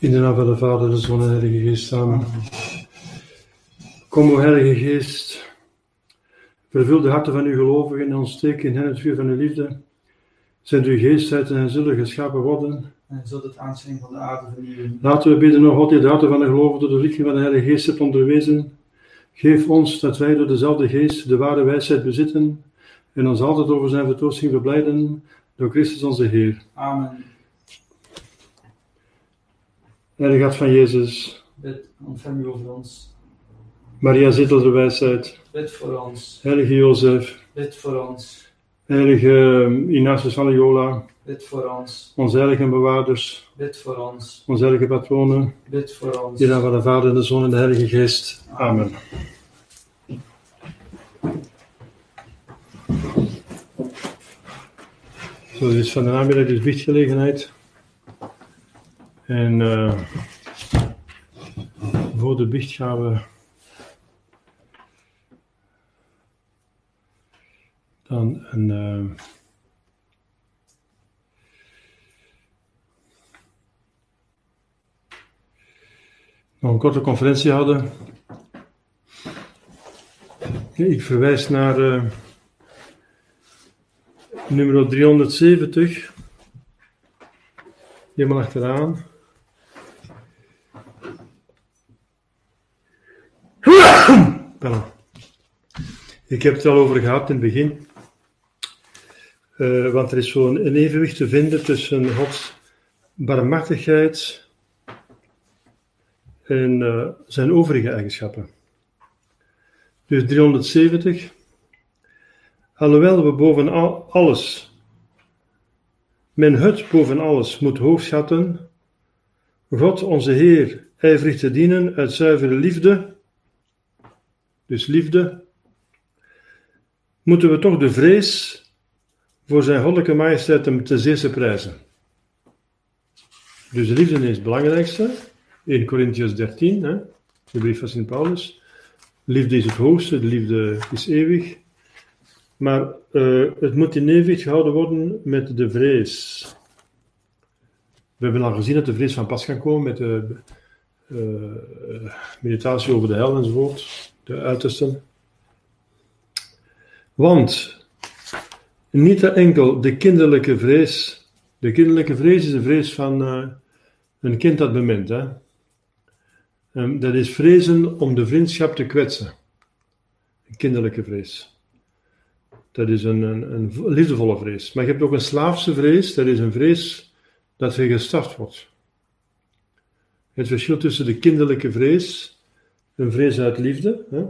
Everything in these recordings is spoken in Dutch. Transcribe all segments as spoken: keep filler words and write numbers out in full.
In de naam van de Vader, de Zoon en de Heilige Geest, samen. Kom, o Heilige Geest, vervul de harten van uw gelovigen en ontsteek in hen het vuur van uw liefde. Zend uw geest uit en zullen geschapen worden. En zult het aanschijn van de aarde vernieuwen. Laten we bidden, o God, die de harten van de gelovigen door de richting van de Heilige Geest hebt onderwezen. Geef ons dat wij door dezelfde Geest de ware wijsheid bezitten en ons altijd over zijn vertroosting verblijden, door Christus onze Heer. Amen. Heilige Hart van Jezus, Bid, ontvang u over ons. Maria Zetel der wijsheid, Bid voor ons. Heilige Jozef, Bid voor ons. Heilige Ignatius van Loyola, Bid voor ons. onze heilige bewaarders, Bid voor ons. onze heilige patronen, Bid voor ons. in de naam van de Vader en de Zoon en de Heilige Geest. Amen. Zo, dit is van de namiddag dus biechtgelegenheid. En uh, voor de biecht gaan we dan een, uh, nog een korte conferentie houden. Ik verwijs naar uh, nummer driehonderdzeventig, helemaal achteraan. Pardon. Ik heb het al over gehad in het begin, uh, want er is zo'n een evenwicht te vinden tussen Gods barmhartigheid en uh, zijn overige eigenschappen. Dus driehonderdzeventig. Alhoewel we boven al, alles, men het boven alles moet hoogschatten, God onze Heer ijverig te dienen uit zuivere liefde, dus liefde, moeten we toch de vrees voor zijn goddelijke majesteit hem ten zeerste prijzen. Dus de liefde is het belangrijkste. eerste Korintiërs dertien, hè, de brief van Sint Paulus. Liefde is het hoogste, de liefde is eeuwig. Maar uh, het moet in evenwicht gehouden worden met de vrees. We hebben al gezien dat de vrees van pas kan komen met de uh, meditatie over de hel enzovoort, de uitersten. Want niet enkel de kinderlijke vrees, de kinderlijke vrees is de vrees van uh, een kind dat bemint, hè. Um, dat is vrezen om de vriendschap te kwetsen. Een kinderlijke vrees. Dat is een, een, een liefdevolle vrees. Maar je hebt ook een slaafse vrees, dat is een vrees dat je gestraft wordt. Het verschil tussen de kinderlijke vrees, een vrees uit liefde, hè?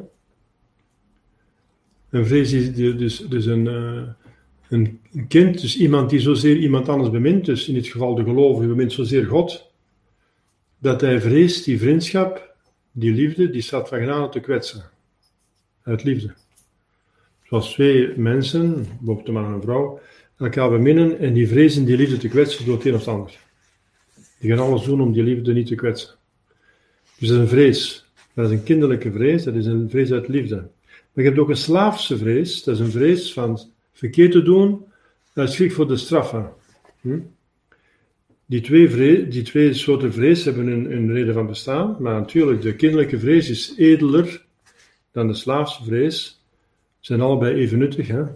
Een vrees is dus, dus een, uh, een kind, dus iemand die zozeer iemand anders bemint, dus in dit geval de gelovige bemint zozeer God, dat hij vreest die vriendschap, die liefde, die staat van genade te kwetsen. Uit liefde. Zoals twee mensen, bijvoorbeeld een man en een vrouw, elkaar beminnen en die vrezen die liefde te kwetsen door het een of het ander. Die gaan alles doen om die liefde niet te kwetsen. Dus dat is een vrees. Dat is een kinderlijke vrees, dat is een vrees uit liefde. Maar je hebt ook een slaafse vrees, dat is een vrees van verkeerd te doen, uit schrik voor de straffen. Hm? Die, twee vrees, die twee soorten vrees hebben een, een reden van bestaan, maar natuurlijk, de kinderlijke vrees is edeler dan de slaafse vrees. Zijn allebei even nuttig, hè?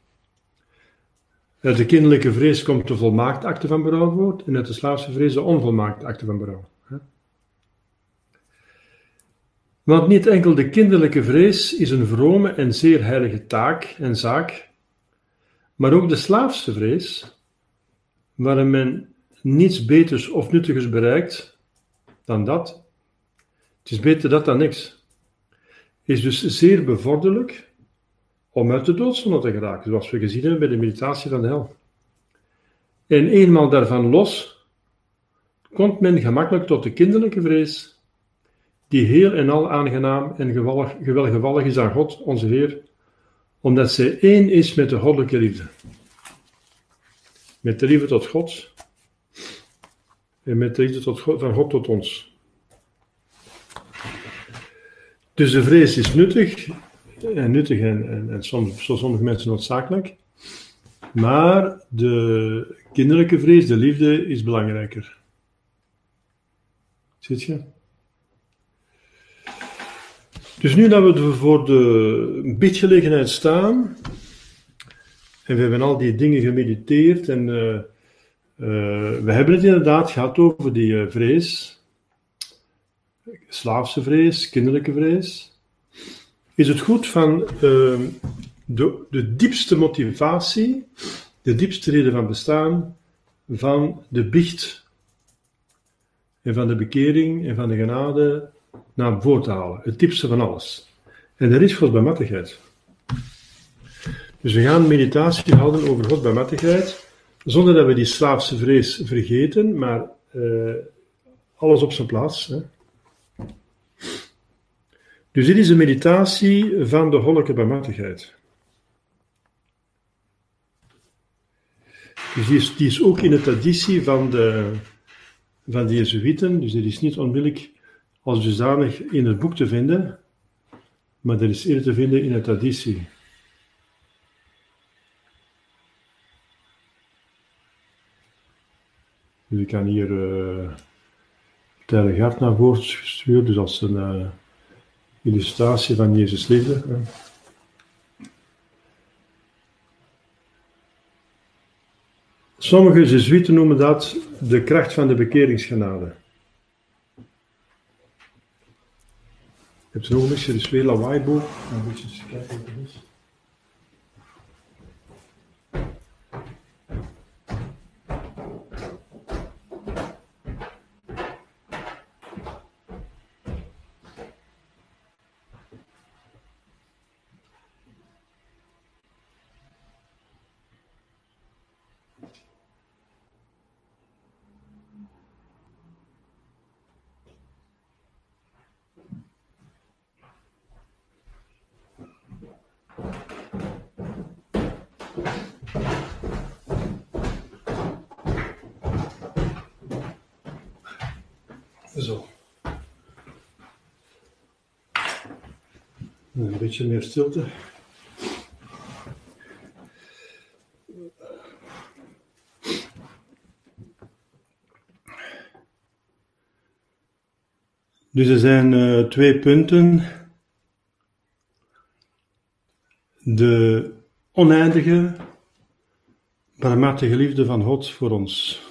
Uit de kinderlijke vrees komt de volmaakte acte van berouw voort, en uit de slaafse vrees de onvolmaakte acte van berouw. Hè? Want niet enkel de kinderlijke vrees is een vrome en zeer heilige taak en zaak, maar ook de slaafse vrees, waarin men niets beters of nuttigers bereikt dan dat, het is beter dat dan niks, is dus zeer bevorderlijk om uit de doodzonde te geraken, zoals we gezien hebben bij de meditatie van de hel. En eenmaal daarvan los, komt men gemakkelijk tot de kinderlijke vrees, die heel en al aangenaam en geweldig, gewelgevallig is aan God, onze Heer, omdat zij één is met de goddelijke liefde. Met de liefde tot God en met de liefde tot God, van God tot ons. Dus de vrees is nuttig, en nuttig en, en, en soms voor sommige mensen noodzakelijk, maar de kinderlijke vrees, de liefde, is belangrijker. Ziet je? Dus nu dat we voor de bidgelegenheid staan, en we hebben al die dingen gemediteerd, en uh, uh, we hebben het inderdaad gehad over die uh, vrees, slaafse vrees, kinderlijke vrees, is het goed van uh, de, de diepste motivatie, de diepste reden van bestaan, van de biecht en van de bekering en van de genade naar voren te halen. Het diepste van alles. En dat is godsbarmhartigheid. Dus we gaan meditatie houden over godsbarmhartigheid, zonder dat we die slaafse vrees vergeten, maar uh, alles op zijn plaats. Hè. Dus dit is een meditatie van de goddelijke barmhartigheid. Dus die is, die is ook in de traditie van de, van de Jezuïeten, dus dit is niet onmiddellijk als dusdanig in het boek te vinden, maar dat is eerder te vinden in de traditie. Dus ik kan hier uh, het Heilige Hart naar voren sturen, dus als een uh, illustratie van Jezus liefde. Uh. Sommige Jezuïeten noemen dat de kracht van de bekeringsgenade. Je hebt nog een beetje de twee lawaaiboek. Een beetje kijken wat het is. Zo. Een beetje meer stilte. Dus er zijn uh, twee punten. De oneindige, barmhartige liefde van God voor ons.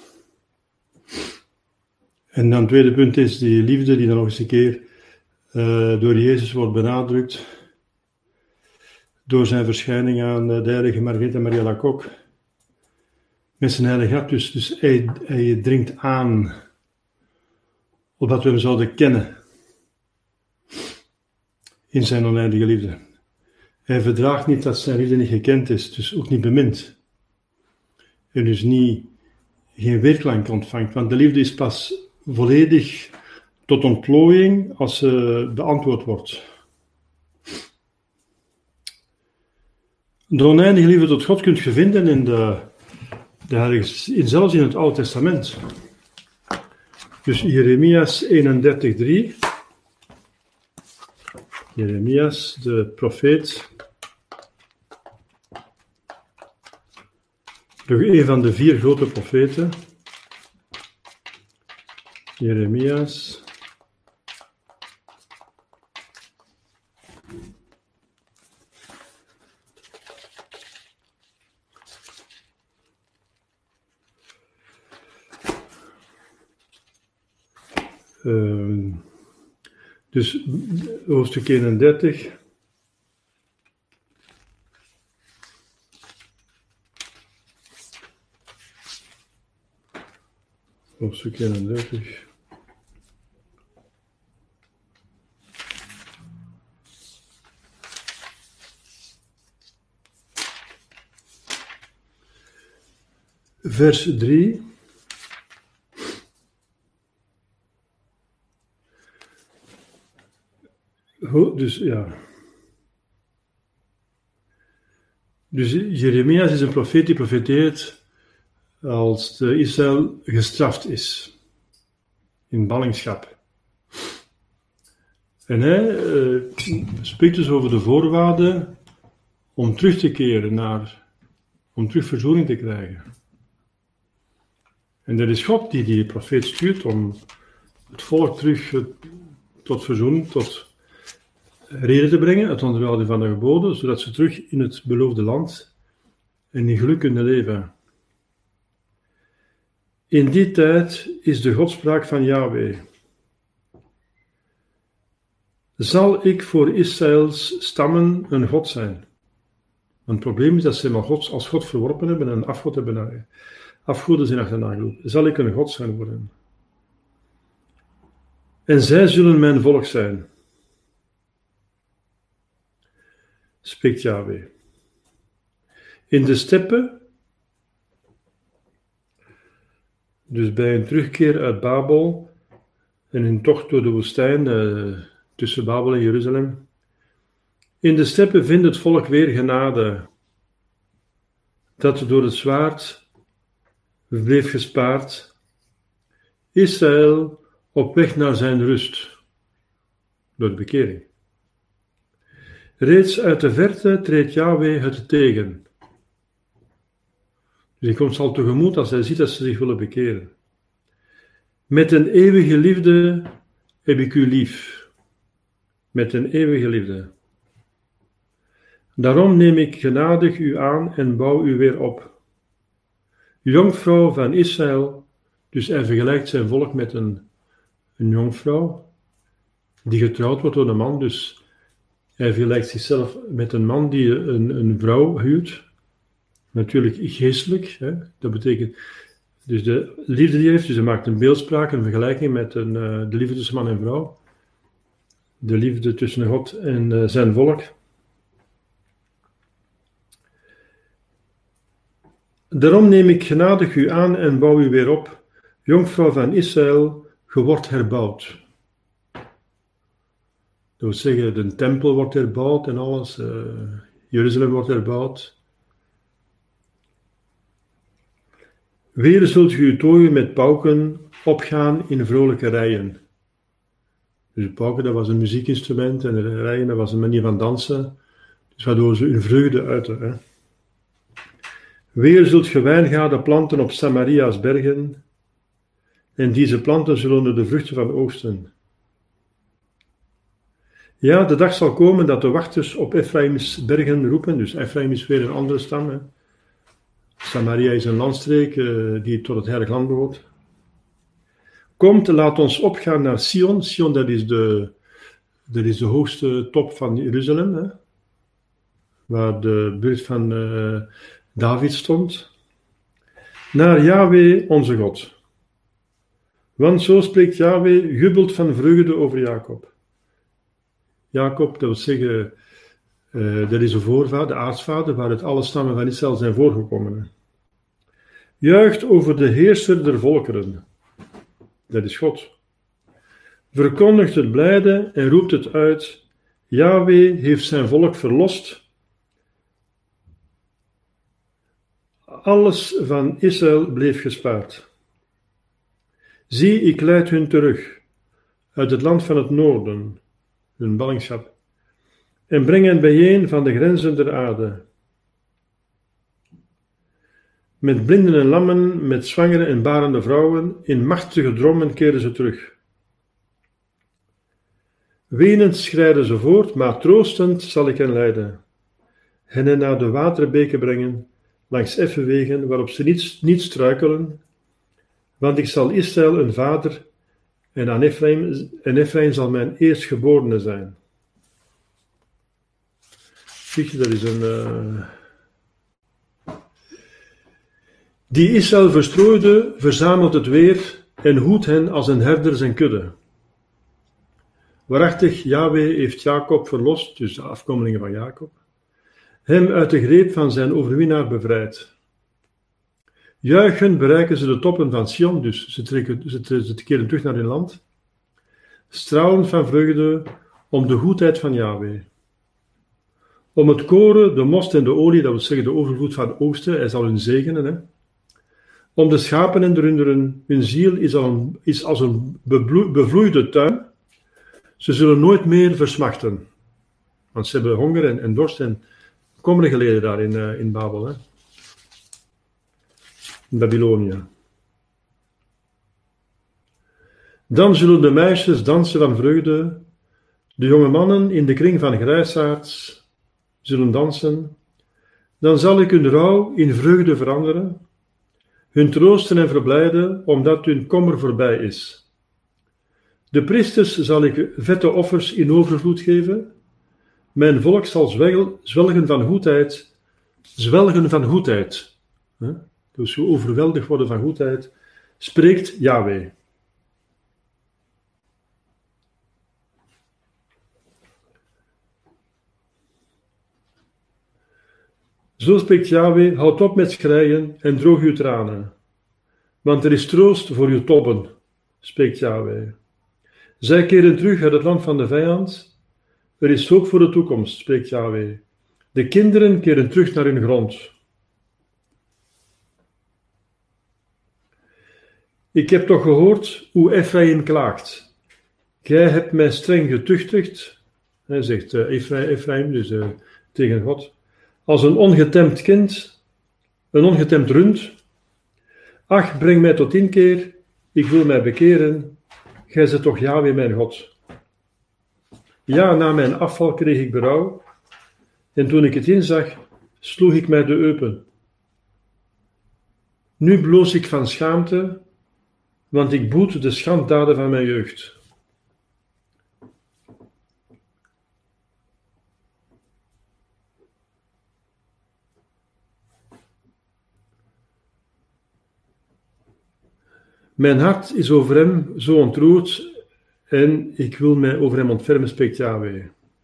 En dan het tweede punt is die liefde die dan nog eens een keer uh, door Jezus wordt benadrukt. Door zijn verschijning aan de heilige Margaretha Maria Alacoque. Met zijn heilige hart. Dus, dus hij, hij dringt aan. Opdat we hem zouden kennen. In zijn oneindige liefde. Hij verdraagt niet dat zijn liefde niet gekend is. Dus ook niet bemind. En dus niet, geen weerklank ontvangt. Want de liefde is pas volledig tot ontplooiing als ze beantwoord wordt. De oneindige liefde tot God kunt je vinden in de, de heilige, in, zelfs in het Oude Testament. Dus Jeremias eenendertig drie. Jeremias, de profeet. Een van de vier grote profeten. Jeremias. Uh, dus hoofdstuk eenendertig. Hoofdstuk eenendertig. Vers drie. Dus ja. Dus Jeremias is een profeet die profeteert als de Israël gestraft is. In ballingschap. En hij uh, spreekt dus over de voorwaarden om terug te keren naar, om terug verzoening te krijgen. En dat is God die die profeet stuurt om het volk terug uh, tot verzoening, tot reden te brengen, het onderhouden van de geboden, zodat ze terug in het beloofde land en in geluk kunnen leven. In die tijd is de godspraak van Yahweh. Zal ik voor Israëls stammen een God zijn? Want het probleem is dat ze hem als God verworpen hebben en een afgod hebben afgoden zijn achterna gelopen. Zal ik een God zijn voor hen? En zij zullen mijn volk zijn. Spreekt Yahweh. In de steppen, dus bij een terugkeer uit Babel en een tocht door de woestijn uh, tussen Babel en Jeruzalem, in de steppen vindt het volk weer genade, dat door het zwaard bleef gespaard, Israël op weg naar zijn rust, door de bekering. Reeds uit de verte treedt Yahweh het tegen. Dus hij komt ze al tegemoet als hij ziet dat ze zich willen bekeren. Met een eeuwige liefde heb ik u lief. Met een eeuwige liefde. Daarom neem ik genadig u aan en bouw u weer op. Jonkvrouw van Israël, dus hij vergelijkt zijn volk met een, een jonkvrouw die getrouwd wordt door een man, dus hij vergelijkt zichzelf met een man die een, een vrouw huwt. Natuurlijk geestelijk, hè? Dat betekent dus de liefde die hij heeft, dus hij maakt een beeldspraak, een vergelijking met een, uh, de liefde tussen man en vrouw. De liefde tussen God en uh, zijn volk. Daarom neem ik genadig u aan en bouw u weer op, jonkvrouw van Israël, ge wordt herbouwd. Dat wil zeggen, de tempel wordt herbouwd en alles, uh, Jeruzalem wordt herbouwd. Weer zult u tooien met pauken opgaan in vrolijke rijen. Dus pauken, dat was een muziekinstrument en de rijen, dat was een manier van dansen, dus waardoor ze hun vreugde uiten. Hè. Weer zult ge wijngaarden planten op Samaria's bergen, en deze planten zullen er de vruchten van oogsten. Ja, de dag zal komen dat de wachters op Efraims bergen roepen, dus Efraim is weer een andere stam. Hè. Samaria is een landstreek uh, die tot het heilige land behoort. Komt, laat ons opgaan naar Sion. Sion, dat is de, dat is de hoogste top van Jeruzalem, hè, waar de burcht van uh, David stond. Naar Yahweh, onze God. Want zo spreekt Yahweh, jubelt van vreugde over Jacob. Jacob, dat wil zeggen, uh, dat is de voorvader, de aartsvader, waaruit alle stammen van Israël zijn voorgekomen. Juicht over de heerser der volkeren. Dat is God. Verkondigt het blijde en roept het uit. Yahweh heeft zijn volk verlost. Alles van Israël bleef gespaard. Zie, ik leid hun terug uit het land van het noorden, hun ballingschap, en breng hen bijeen van de grenzen der aarde. Met blinden en lammen, met zwangere en barende vrouwen, in machtige drommen keren ze terug. Wenend schrijden ze voort, maar troostend zal ik hen leiden. Hen naar de waterbeken brengen, langs effen wegen, waarop ze niet, niet struikelen, want ik zal Israël een vader, en aan Ephraim, en Ephraim zal mijn eerstgeborene zijn. Zie je, dat is een... Uh... Die Israël verstrooide, verzamelt het weer en hoedt hen als een herder zijn kudde. Waarachtig, Yahweh heeft Jacob verlost, dus de afkomelingen van Jacob, hem uit de greep van zijn overwinnaar bevrijd. Juichend bereiken ze de toppen van Sion, dus ze, trekken, ze, ze keren terug naar hun land, stralend van vreugde om de goedheid van Yahweh. Om het koren, de most en de olie, dat wil zeggen de overvloed van de oogsten, hij zal hun zegenen, hè. Om de schapen en de runderen, hun ziel is, al een, is als een bevloeide tuin. Ze zullen nooit meer versmachten. Want ze hebben honger en, en dorst en kommer geleden daar in, uh, in Babel. Hè? In Babylonië. Dan zullen de meisjes dansen van vreugde, de jonge mannen in de kring van grijsaards zullen dansen. Dan zal ik hun rouw in vreugde veranderen, hun troosten en verblijden, omdat hun kommer voorbij is. De priesters zal ik vette offers in overvloed geven. Mijn volk zal zwelgen van goedheid, zwelgen van goedheid. Dus zo overweldigd worden van goedheid, spreekt Yahweh. Zo spreekt Yahweh, houd op met schreien en droog uw tranen. Want er is troost voor uw tobben, spreekt Yahweh. Zij keren terug uit het land van de vijand. Er is hoop voor de toekomst, spreekt Yahweh. De kinderen keren terug naar hun grond. Ik heb toch gehoord hoe Ephraim klaagt. Gij hebt mij streng getuchtigd, hij zegt uh, Ephraim, dus uh, tegen God, als een ongetemd kind, een ongetemd rund. Ach, breng mij tot inkeer, ik wil mij bekeren, gij zijt toch Yahweh mijn God. Ja, na mijn afval kreeg ik berouw, en toen ik het inzag, sloeg ik mij de eupen. Nu bloos ik van schaamte, want ik boet de schanddaden van mijn jeugd. Mijn hart is over hem zo ontroerd en ik wil mij over hem ontfermen, spreekt Yahweh.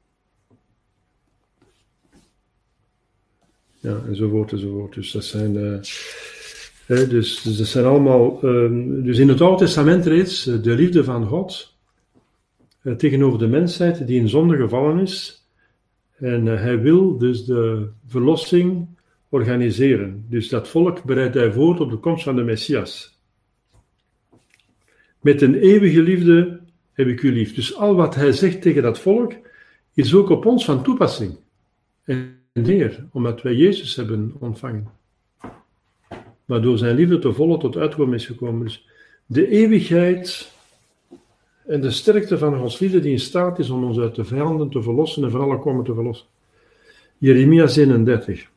Ja, enzovoort, enzovoort. Dus dat zijn, uh, hè, dus, dus dat zijn allemaal, uh, dus in het Oude Testament reeds uh, de liefde van God uh, tegenover de mensheid die in zonde gevallen is. En uh, hij wil dus de verlossing organiseren. Dus dat volk bereidt hij voor op de komst van de Messias. Met een eeuwige liefde heb ik u lief. Dus al wat hij zegt tegen dat volk, is ook op ons van toepassing. En meer, omdat wij Jezus hebben ontvangen. Waardoor zijn liefde te volle tot uitkomen is gekomen. Dus de eeuwigheid en de sterkte van Gods liefde die in staat is om ons uit de vijanden te verlossen en van alle komen te verlossen. Jeremia zevenendertig.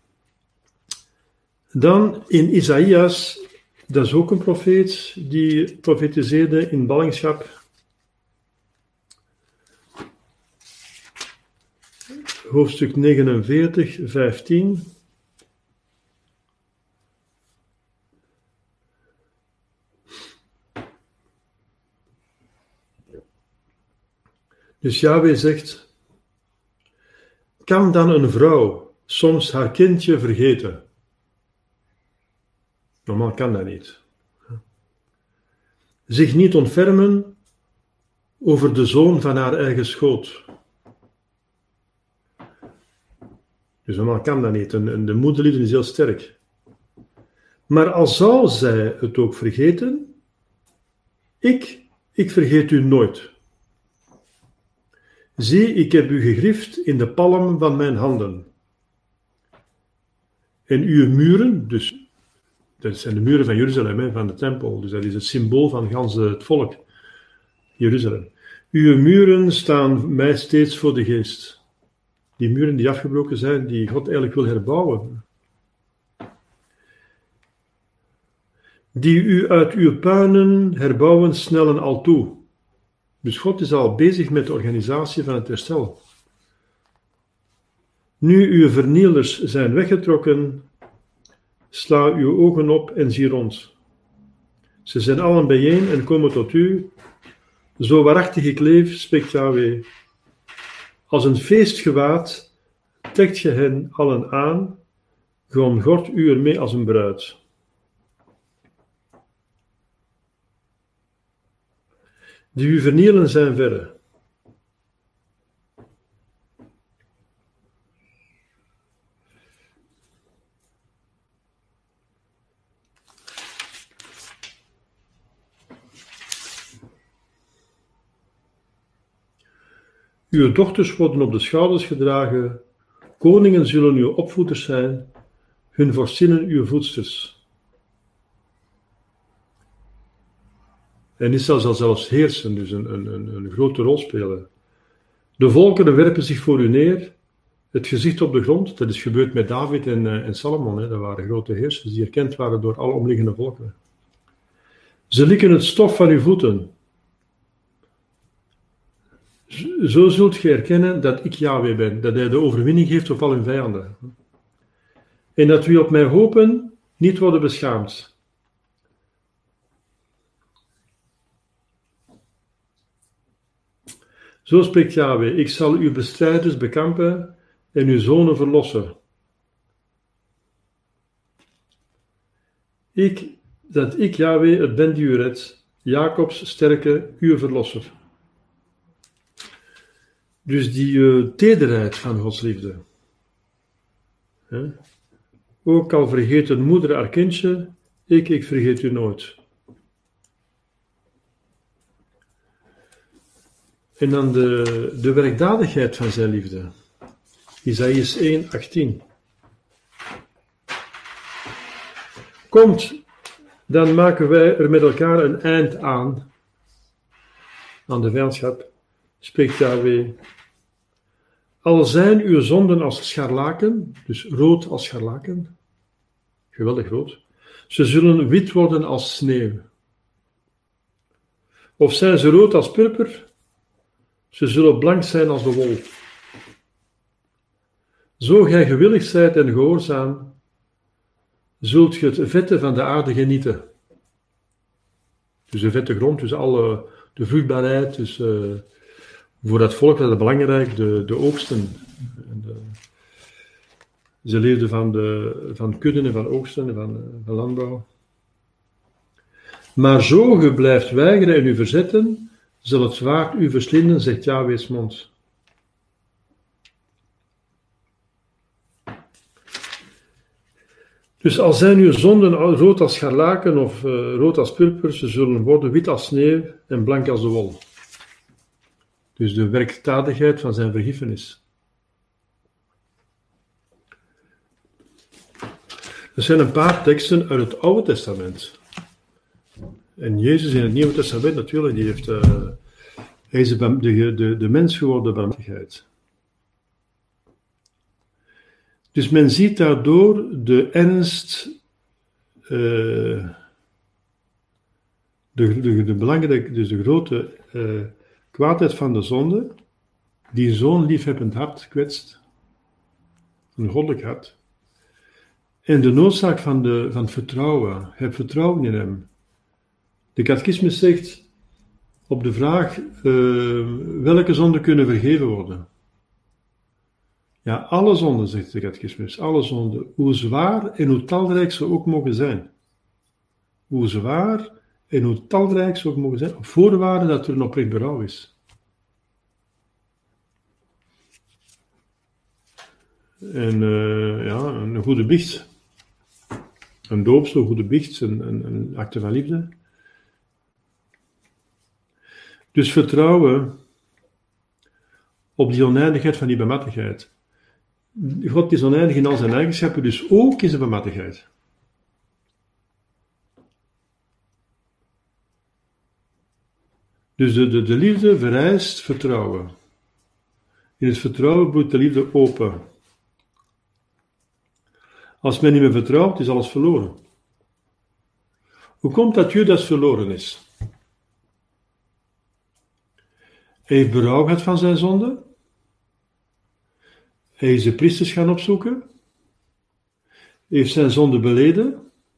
Dan in Isaïas, dat is ook een profeet die profetiseerde in ballingschap. Hoofdstuk negenenveertig, vijftien. Dus Yahweh zegt, kan dan een vrouw soms haar kindje vergeten? Normaal kan dat niet. Zich niet ontfermen over de zoon van haar eigen schoot. Dus normaal kan dat niet. En de moederliefde is heel sterk. Maar al zou zij het ook vergeten, ik, ik vergeet u nooit. Zie, ik heb u gegrift in de palm van mijn handen. En uw muren, dus dat zijn de muren van Jeruzalem, hè, van de tempel, dus dat is het symbool van gans het volk, Jeruzalem. Uw muren staan mij steeds voor de geest. Die muren die afgebroken zijn, die God eigenlijk wil herbouwen. Die u uit uw puinen herbouwen snellen al toe. Dus God is al bezig met de organisatie van het herstel. Nu uw vernielers zijn weggetrokken, sla uw ogen op en zie rond. Ze zijn allen bijeen en komen tot u. Zo waarachtig ik leef, spreekt Yahweh. Als een feestgewaad trekt je hen allen aan, ge omgort u ermee als een bruid. Die u vernielen zijn verre. Uw dochters worden op de schouders gedragen, koningen zullen uw opvoeders zijn, hun vorstinnen uw voedsters. En Israël zal zelfs heersen, dus een, een, een, een grote rol spelen. De volkeren werpen zich voor u neer, het gezicht op de grond. Dat is gebeurd met David en, uh, en Salomon. Hè. Dat waren grote heersers die erkend waren door alle omliggende volkeren. Ze likken het stof van uw voeten. Zo zult ge erkennen dat ik Yahweh ben, dat hij de overwinning geeft op al hun vijanden. En dat wie op mij hopen niet worden beschaamd. Zo spreekt Yahweh, ik zal uw bestrijders bekampen en uw zonen verlossen. Ik, dat ik Yahweh het ben die u redt, Jacobs sterke, uw verlosser. Dus die uh, tederheid van Gods liefde. He? Ook al vergeet een moeder haar kindje, ik, ik vergeet u nooit. En dan de, de werkdadigheid van zijn liefde. Isaïe één, achttien. Komt, dan maken wij er met elkaar een eind aan. Aan de vijandschap, spreekt Yahweh. Al zijn uw zonden als scharlaken, dus rood als scharlaken, geweldig rood, ze zullen wit worden als sneeuw. Of zijn ze rood als purper, ze zullen blank zijn als de wol. Zo gij gewillig zijt en gehoorzaam, zult ge het vette van de aarde genieten. Dus de vette grond, dus alle, de vruchtbaarheid, dus uh, voor dat volk was het belangrijk, de, de oogsten. De, ze leefden van, de, van kudden en van oogsten en van, van landbouw. Maar zo ge blijft weigeren en u verzetten, zal het zwaard u verslinden, zegt Yahweh's mond. Dus al zijn uw zonden rood als scharlaken of uh, rood als purper, ze zullen worden wit als sneeuw en blank als de wol. Dus de werkdadigheid van zijn vergiffenis. Er zijn een paar teksten uit het Oude Testament. En Jezus in het Nieuwe Testament natuurlijk, die heeft, uh, hij is de, de, de, de mens geworden barmhartigheid. Dus men ziet daardoor de ernst, uh, de, de, de belangrijke, dus de grote uh, kwaadheid van de zonde, die zo'n liefhebbend hart kwetst, een goddelijk hart, en de noodzaak van, de, van het vertrouwen, heb vertrouwen in hem. De catechismus zegt op de vraag, uh, welke zonden kunnen vergeven worden? Ja, alle zonden, zegt de catechismus, alle zonden, hoe zwaar en hoe talrijk ze ook mogen zijn. Hoe zwaar en hoe talrijk ze ook mogen zijn, op voorwaarde dat er een oprecht berouw is. En uh, ja, een goede biecht. Een doopsel, een goede biecht, een, een, een acte van liefde. Dus vertrouwen op die oneindigheid van die barmhartigheid. God is oneindig in al zijn eigenschappen, dus ook in zijn barmhartigheid. Dus de, de, de liefde vereist vertrouwen. In het vertrouwen bloeit de liefde open. Als men niet meer vertrouwt, is alles verloren. Hoe komt dat Judas verloren is? Hij heeft berouw gehad van zijn zonde. Hij is de priesters gaan opzoeken. Hij heeft zijn zonde beleden.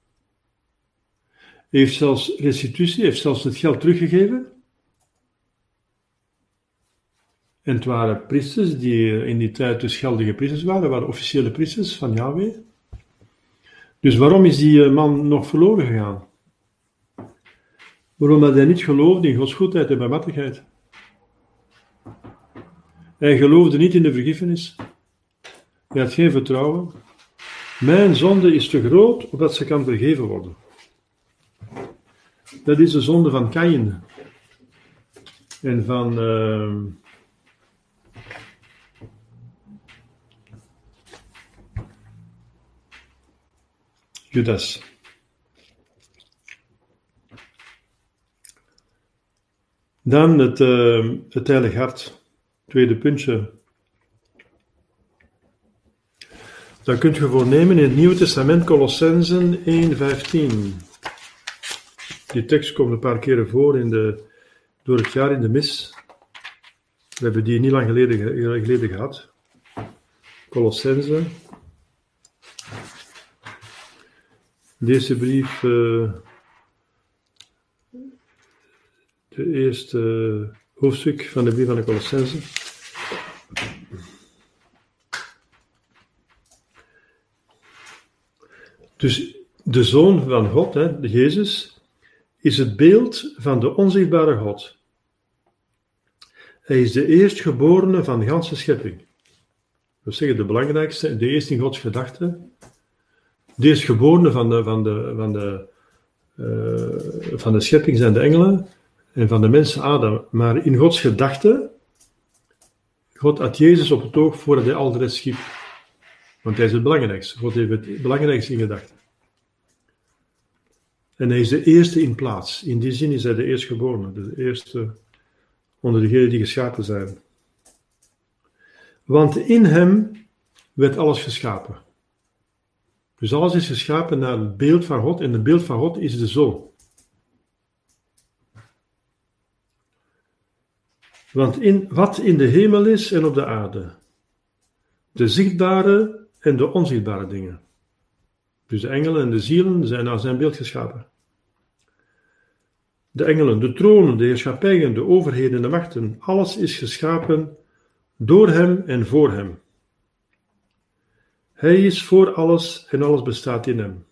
Hij heeft zelfs restitutie, heeft zelfs het geld teruggegeven. En het waren priesters die in die tijd dus geldige priesters waren, waren officiële priesters van Yahweh. Dus waarom is die man nog verloren gegaan? Waarom had hij niet geloofd in Gods goedheid en barmhartigheid? Hij geloofde niet in de vergiffenis. Hij had geen vertrouwen. Mijn zonde is te groot, opdat ze kan vergeven worden. Dat is de zonde van Kaïn. En van uh, Judas. Dan het, uh, het Heilig Hart. Tweede puntje. Dat kunt je voornemen in het Nieuwe Testament, Colossenzen één vijftien. Die tekst komt een paar keren voor in de, door het jaar in de mis. We hebben die niet lang geleden, geleden gehad. Colossenzen. Deze brief, uh, de eerste uh, hoofdstuk van de brief van de Colossenzen. Dus de Zoon van God, hè, de Jezus, is het beeld van de onzichtbare God. Hij is de eerstgeborene van de ganse schepping. Dat zeggen de belangrijkste, de eerste in Gods gedachten. De eerstgeborene van de, van de, van de, uh, van de schepping zijn de engelen en van de mensen Adam. Maar in Gods gedachten, God had Jezus op het oog voordat hij al de rest schiep. Want hij is het belangrijkste. God heeft het belangrijkste in gedachten. En hij is de eerste in plaats. In die zin is hij de eerstgeborene. De eerste onder degenen die geschapen zijn. Want in hem werd alles geschapen. Dus alles is geschapen naar het beeld van God. En het beeld van God is de Zoon. Want in, wat in de hemel is en op de aarde. De zichtbare en de onzichtbare dingen. Dus de engelen en de zielen zijn naar zijn beeld geschapen. De engelen, de tronen, de heerschappijen, de overheden en de machten. Alles is geschapen door hem en voor hem. Hij is voor alles en alles bestaat in hem.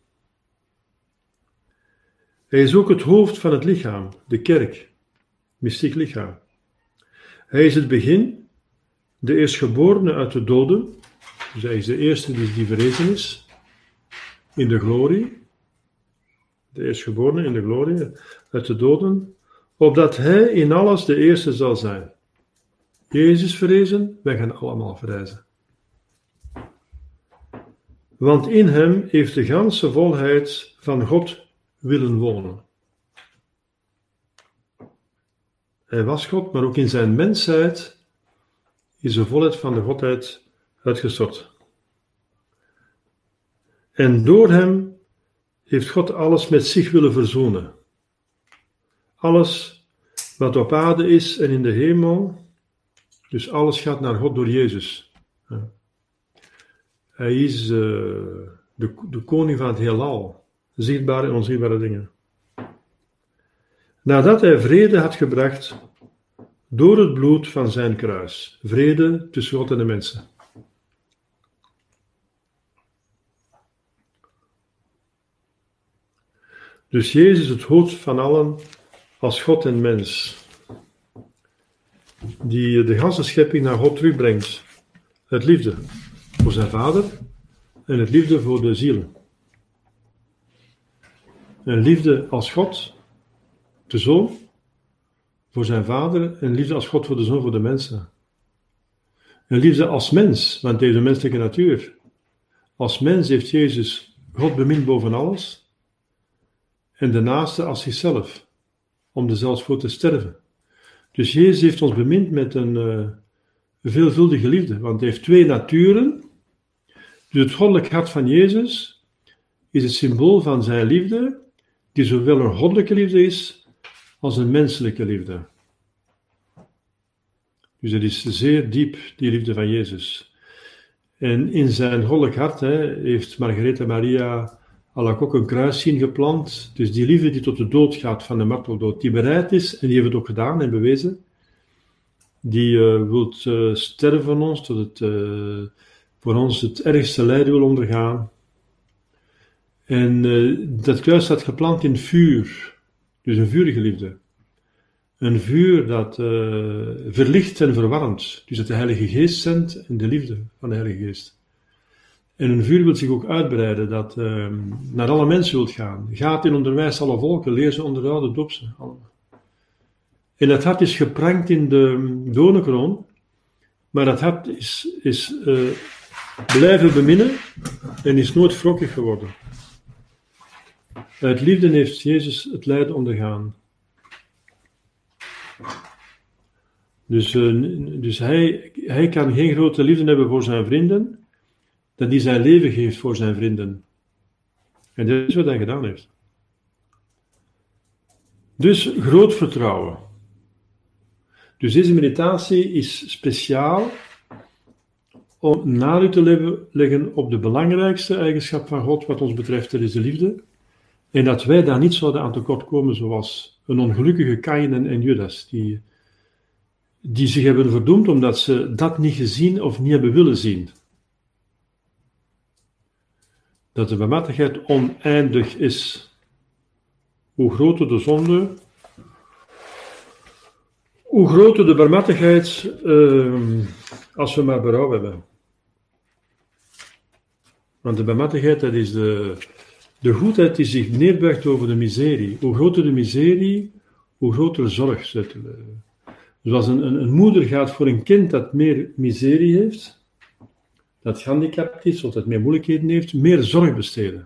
Hij is ook het hoofd van het lichaam, de kerk, mystiek lichaam. Hij is het begin, de eerstgeborene uit de doden, dus hij is de eerste die, die verrezen is, in de glorie, de eerstgeborene in de glorie, uit de doden, opdat hij in alles de eerste zal zijn. Jezus verrezen, wij gaan allemaal verrijzen. Want in hem heeft de ganse volheid van God willen wonen. Hij was God, maar ook in zijn mensheid is de volheid van de Godheid uitgestort. En door hem heeft God alles met zich willen verzoenen. Alles wat op aarde is en in de hemel, dus alles gaat naar God door Jezus. Hij is uh, de, de koning van het heelal, zichtbare en onzichtbare dingen. Nadat hij vrede had gebracht door het bloed van zijn kruis. Vrede tussen God en de mensen. Dus Jezus is het hoofd van allen als God en mens. Die de ganse schepping naar God terugbrengt. Het liefde voor zijn vader en het liefde voor de zielen. Een liefde als God, de Zoon, voor zijn vader, en liefde als God voor de Zoon, voor de mensen. Een liefde als mens, want hij heeft een menselijke natuur. Als mens heeft Jezus God bemind boven alles, en de naaste als zichzelf, om er zelfs voor te sterven. Dus Jezus heeft ons bemind met een uh, veelvuldige liefde, want hij heeft twee naturen. Dus het goddelijk hart van Jezus is het symbool van zijn liefde, die zowel een goddelijke liefde is, als een menselijke liefde. Dus het is zeer diep, die liefde van Jezus. En in zijn goddelijk hart hè, heeft Margaretha Maria Alacoque een kruis zien geplant. Dus die liefde die tot de dood gaat, van de marteldood, die bereid is, en die heeft het ook gedaan en bewezen, die uh, wil uh, sterven van ons, tot het, uh, voor ons het ergste lijden wil ondergaan. En uh, dat kruis staat geplant in vuur, dus een vurige liefde. Een vuur dat uh, verlicht en verwarmt, dus dat de Heilige Geest zendt en de liefde van de Heilige Geest. En een vuur wil zich ook uitbreiden, dat uh, naar alle mensen wilt gaan. Gaat en onderwijst alle volken, leer ze, onderhouden, doop ze. Allemaal. En dat hart is geprankt in de doornenkroon, maar dat hart is, is uh, blijven beminnen en is nooit wrokkig geworden. Uit liefde heeft Jezus het lijden ondergaan. Dus, uh, dus hij, hij kan geen grote liefde hebben voor zijn vrienden, dat hij zijn leven geeft voor zijn vrienden. En dat is wat hij gedaan heeft. Dus groot vertrouwen. Dus deze meditatie is speciaal om nadruk te leggen op de belangrijkste eigenschap van God wat ons betreft, dat is de liefde. En dat wij daar niet zouden aan tekort komen zoals een ongelukkige Kaïn en Judas, die, die zich hebben verdoemd omdat ze dat niet gezien of niet hebben willen zien. Dat de barmhartigheid oneindig is. Hoe groter de zonde, hoe groter de barmhartigheid uh, als we maar berouw hebben. Want de barmhartigheid, dat is de, de goedheid die zich neerbuigt over de miserie. Hoe groter de miserie, hoe groter zorg. Zoals een, een, een moeder gaat voor een kind dat meer miserie heeft, dat gehandicapt is of dat meer moeilijkheden heeft, meer zorg besteden.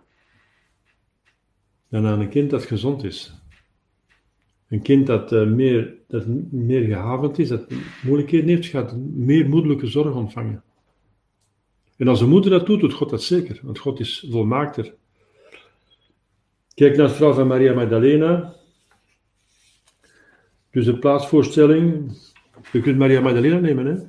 Dan aan een kind dat gezond is. Een kind dat, uh, meer, dat meer gehavend is, dat moeilijkheden heeft, gaat meer moederlijke zorg ontvangen. En als een moeder dat doet, doet God dat zeker, want God is volmaakter. Kijk naar het verhaal van Maria Magdalena. Dus de plaatsvoorstelling, je kunt Maria Magdalena nemen, hè.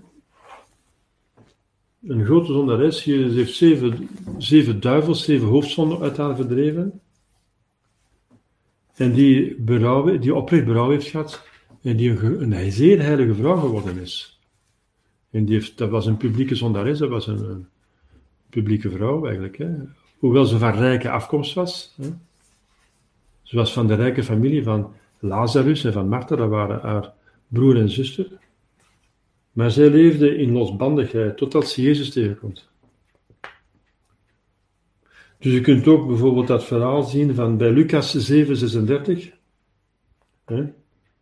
Een grote zondares, ze heeft zeven, zeven duivels, zeven hoofdzonden uit haar verdreven. En die, berouw, die oprecht berouw heeft gehad. En die een, een zeer heilige vrouw geworden is. En die heeft, dat was een publieke zondares, dat was een, een publieke vrouw eigenlijk. Hè. Hoewel ze van rijke afkomst was. Hè. Ze was van de rijke familie van Lazarus en van Martha, dat waren haar broer en zuster. Maar zij leefde in losbandigheid, totdat ze Jezus tegenkomt. Dus je kunt ook bijvoorbeeld dat verhaal zien van bij Lucas zeven zesendertig. Hè? Uh,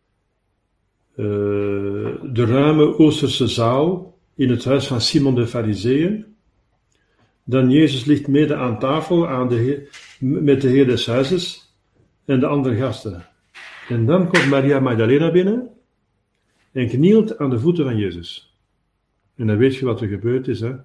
de ruime Oosterse zaal in het huis van Simon de Farizeeën. Dan Jezus ligt mede aan tafel aan de heer, met de heer des huizes en de andere gasten. En dan komt Maria Magdalena binnen en knielt aan de voeten van Jezus. En dan weet je wat er gebeurd is, hè.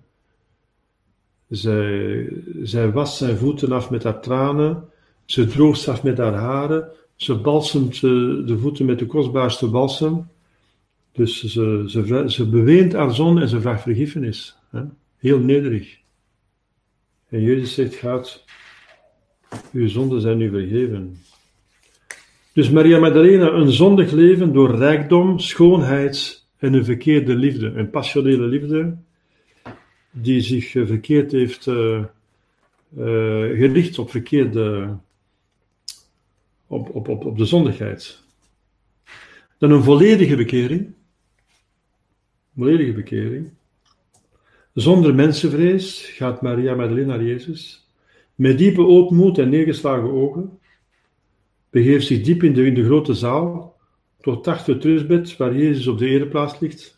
Zij, zij wast zijn voeten af met haar tranen, ze droogt ze af met haar haren, ze balsemt de voeten met de kostbaarste balsem. Dus ze, ze, ze beweent haar zoon en ze vraagt vergiffenis. Hè? Heel nederig. En Jezus zegt, gaat, uw zonden zijn u vergeven. Dus Maria Magdalena, een zondig leven door rijkdom, schoonheid en een verkeerde liefde, een passionele liefde, die zich verkeerd heeft uh, uh, gericht op verkeerde, op, op, op, op de zondigheid. Dan een volledige bekering, volledige bekering. Zonder mensenvrees gaat Maria Magdalena naar Jezus, met diepe ootmoed en neergeslagen ogen, begeeft zich diep in de, in de grote zaal, tot achter het rustbed waar Jezus op de ereplaats ligt.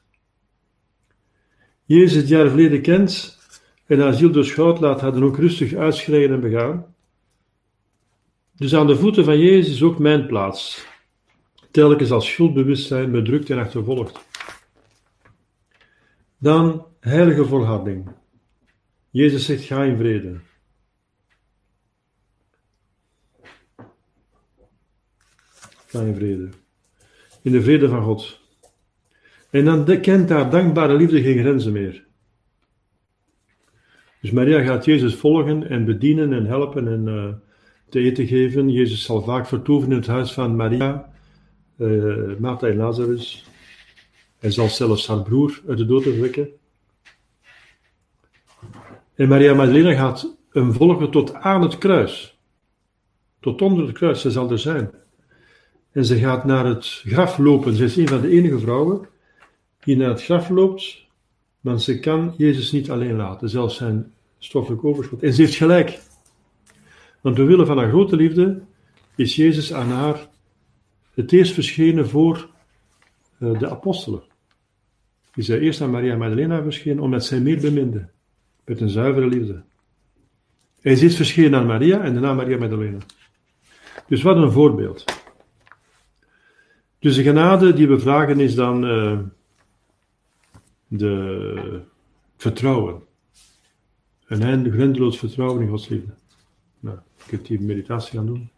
Jezus die haar verleden kent en haar ziel doorschouwt, laat haar dan ook rustig uitschreien en begaan. Dus aan de voeten van Jezus is ook mijn plaats, telkens als schuldbewustzijn me drukt en achtervolgt. Dan heilige volharding. Jezus zegt, ga in vrede. Ga in vrede. In de vrede van God. En dan kent haar dankbare liefde geen grenzen meer. Dus Maria gaat Jezus volgen en bedienen en helpen en uh, te eten geven. Jezus zal vaak vertoeven in het huis van Maria, uh, Martha en Lazarus. Hij zal zelfs haar broer uit de dood verwekken. En Maria Magdalena gaat hem volgen tot aan het kruis. Tot onder het kruis, ze zal er zijn. En ze gaat naar het graf lopen. Ze is een van de enige vrouwen die naar het graf loopt, want ze kan Jezus niet alleen laten, zelfs zijn stoffelijk overschot. En ze heeft gelijk. Want door willen van haar grote liefde is Jezus aan haar het eerst verschenen voor uh, de apostelen. Is hij eerst aan Maria Magdalena verschenen, omdat zij meer beminde, met een zuivere liefde. Hij is eerst verschenen aan Maria en daarna Maria Magdalena. Dus wat een voorbeeld. Dus de genade die we vragen is dan uh, de vertrouwen. Een eindig grenzeloos vertrouwen in Gods liefde. Nou, ik heb die meditatie gaan doen.